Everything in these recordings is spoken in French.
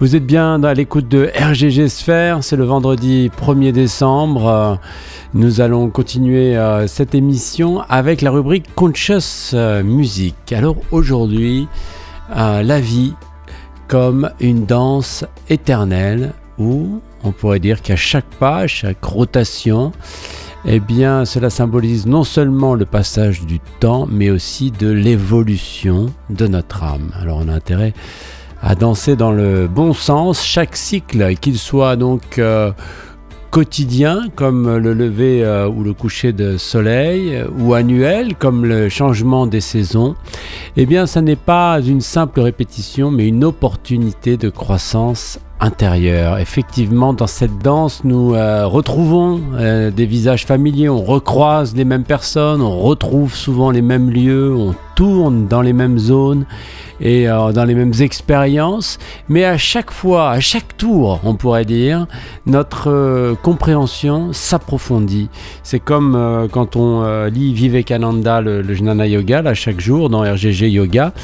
Vous êtes bien à l'écoute de RGG Sphère, c'est le vendredi 1er décembre. Nous allons continuer cette émission avec la rubrique Conscious Music. Alors aujourd'hui, la vie comme une danse éternelle où on pourrait dire qu'à chaque pas, chaque rotation, eh bien, cela symbolise non seulement le passage du temps, mais aussi de l'évolution de notre âme. Alors on a intérêt à danser dans le bon sens, chaque cycle, qu'il soit donc quotidien, comme le lever ou le coucher de soleil, ou annuel, comme le changement des saisons, eh bien, ça n'est pas une simple répétition, mais une opportunité de croissance intérieure. Effectivement, dans cette danse, nous retrouvons des visages familiers, on recroise les mêmes personnes, on retrouve souvent les mêmes lieux, on tourne dans les mêmes zones et dans les mêmes expériences, mais à chaque fois, à chaque tour, on pourrait dire, notre compréhension s'approfondit. C'est comme quand on lit Vivekananda, le Jnana Yoga, là, chaque jour dans RGG Yoga,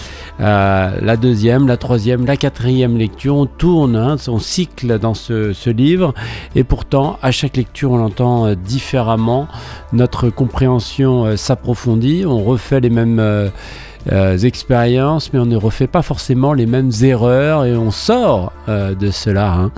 la deuxième, la troisième, la quatrième lecture, on tourne, on cycle dans ce livre, et pourtant, à chaque lecture, on l'entend différemment, notre compréhension s'approfondit, on refait les mêmes expériences, mais on ne refait pas forcément les mêmes erreurs et on sort de cela,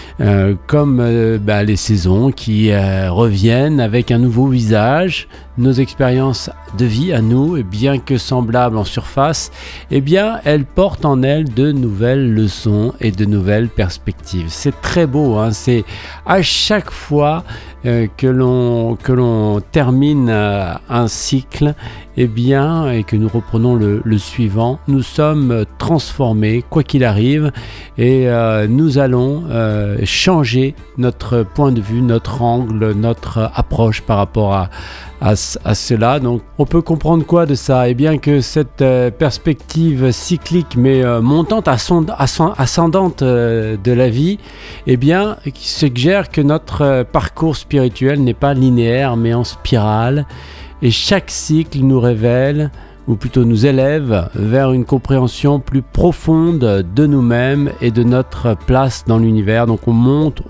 comme les saisons qui reviennent avec un nouveau visage. Nos expériences de vie à nous, et bien que semblables en surface, eh bien, elles portent en elles de nouvelles leçons et de nouvelles perspectives. C'est très beau, c'est à chaque fois que l'on termine un cycle, eh bien, et que nous reprenons le suivant, nous sommes transformés, quoi qu'il arrive, et nous allons changer notre point de vue, notre angle, notre approche par rapport à cela. Donc on peut comprendre quoi de ça? Eh bien que cette perspective cyclique mais montante, ascendante de la vie, eh bien qui suggère que notre parcours spirituel n'est pas linéaire mais en spirale, et chaque cycle nous révèle, ou plutôt nous élève vers une compréhension plus profonde de nous-mêmes et de notre place dans l'univers. Donc on monte.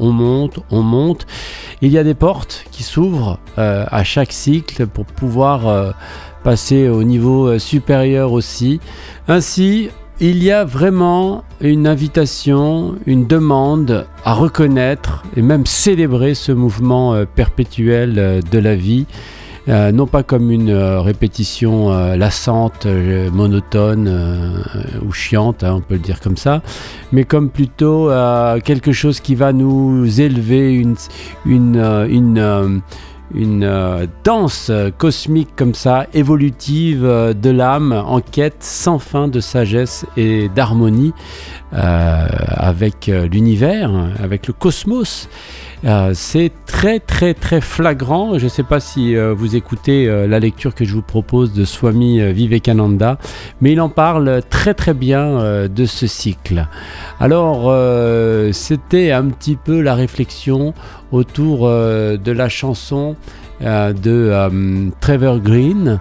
Il y a des portes qui s'ouvrent à chaque cycle pour pouvoir passer au niveau supérieur aussi. Ainsi, il y a vraiment une invitation, une demande à reconnaître et même célébrer ce mouvement perpétuel de la vie. Non pas comme une répétition lassante, monotone ou chiante, on peut le dire comme ça, mais comme plutôt quelque chose qui va nous élever, une danse cosmique comme ça, évolutive de l'âme, en quête sans fin de sagesse et d'harmonie avec l'univers, avec le cosmos. C'est très très très flagrant. Je ne sais pas si vous écoutez la lecture que je vous propose de Swami Vivekananda, mais il en parle très très bien de ce cycle. Alors c'était un petit peu la réflexion autour de la chanson de Trevor Green,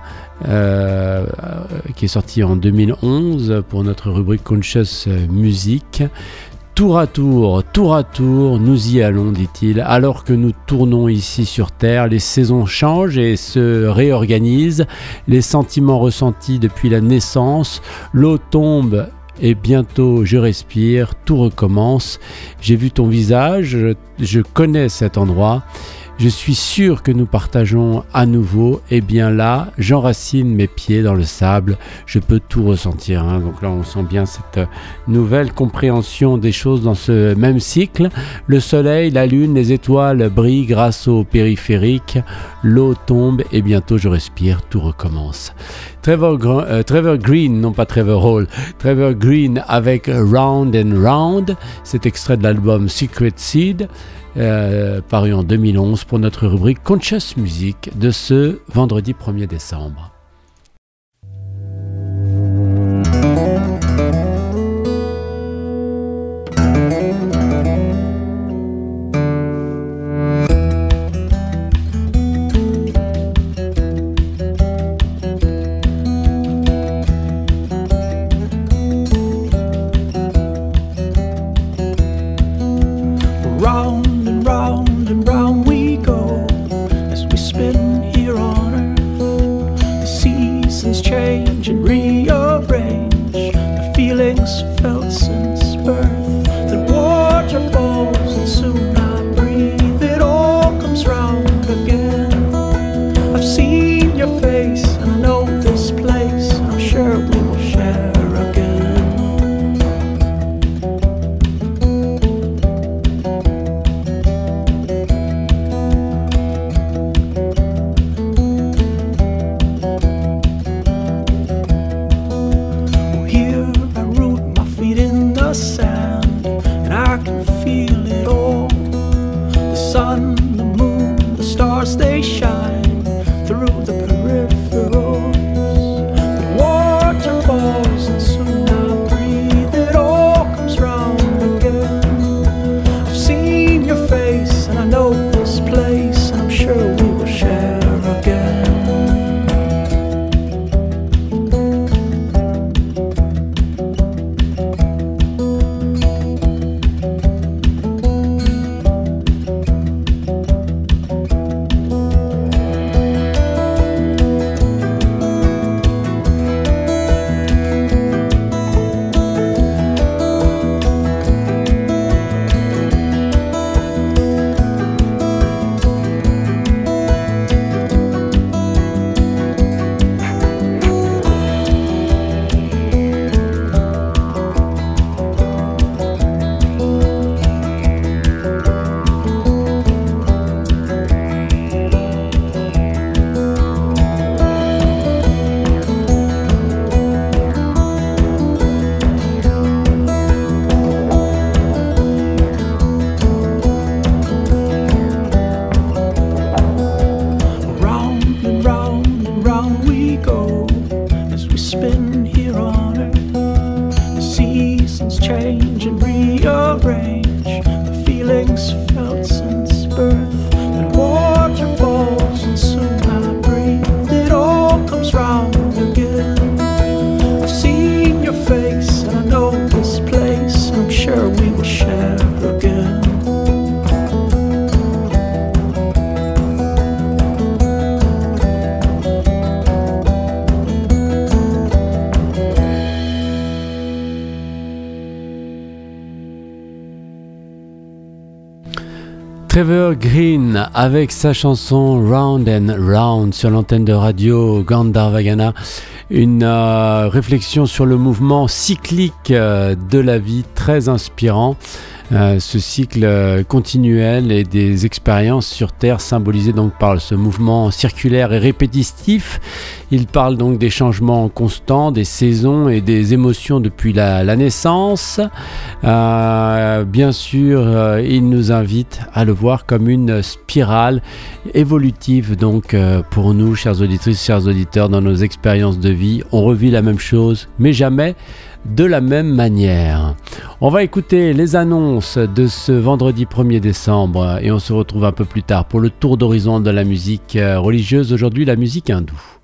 qui est sortie en 2011 pour notre rubrique Conscious Music. Tour à tour, nous y allons, dit-il. Alors que nous tournons ici sur Terre, les saisons changent et se réorganisent. Les sentiments ressentis depuis la naissance, l'eau tombe et bientôt je respire, tout recommence. J'ai vu ton visage, je connais cet endroit. Je suis sûr que nous partageons à nouveau. Et bien là, j'enracine mes pieds dans le sable. Je peux tout ressentir. Donc là, on sent bien cette nouvelle compréhension des choses dans ce même cycle. Le soleil, la lune, les étoiles brillent grâce au périphérique. L'eau tombe et bientôt je respire. Tout recommence. Trevor Green, non pas Trevor Hall. Trevor Green avec Round and Round. C'est extrait de l'album Secret Seed. Paru en 2011 pour notre rubrique Conscious Music de ce vendredi 1er décembre. Trevor Green avec sa chanson Round and Round sur l'antenne de radio Gandharvagana, une réflexion sur le mouvement cyclique de la vie, très inspirant. Ce cycle continuel et des expériences sur Terre symbolisées donc par ce mouvement circulaire et répétitif. Il parle donc des changements constants, des saisons et des émotions depuis la naissance. Bien sûr, il nous invite à le voir comme une spirale évolutive donc pour nous, chères auditrices, chers auditeurs, dans nos expériences de vie. On revit la même chose, mais jamais de la même manière. On va écouter les annonces de ce vendredi 1er décembre et on se retrouve un peu plus tard pour le tour d'horizon de la musique religieuse, aujourd'hui la musique hindoue.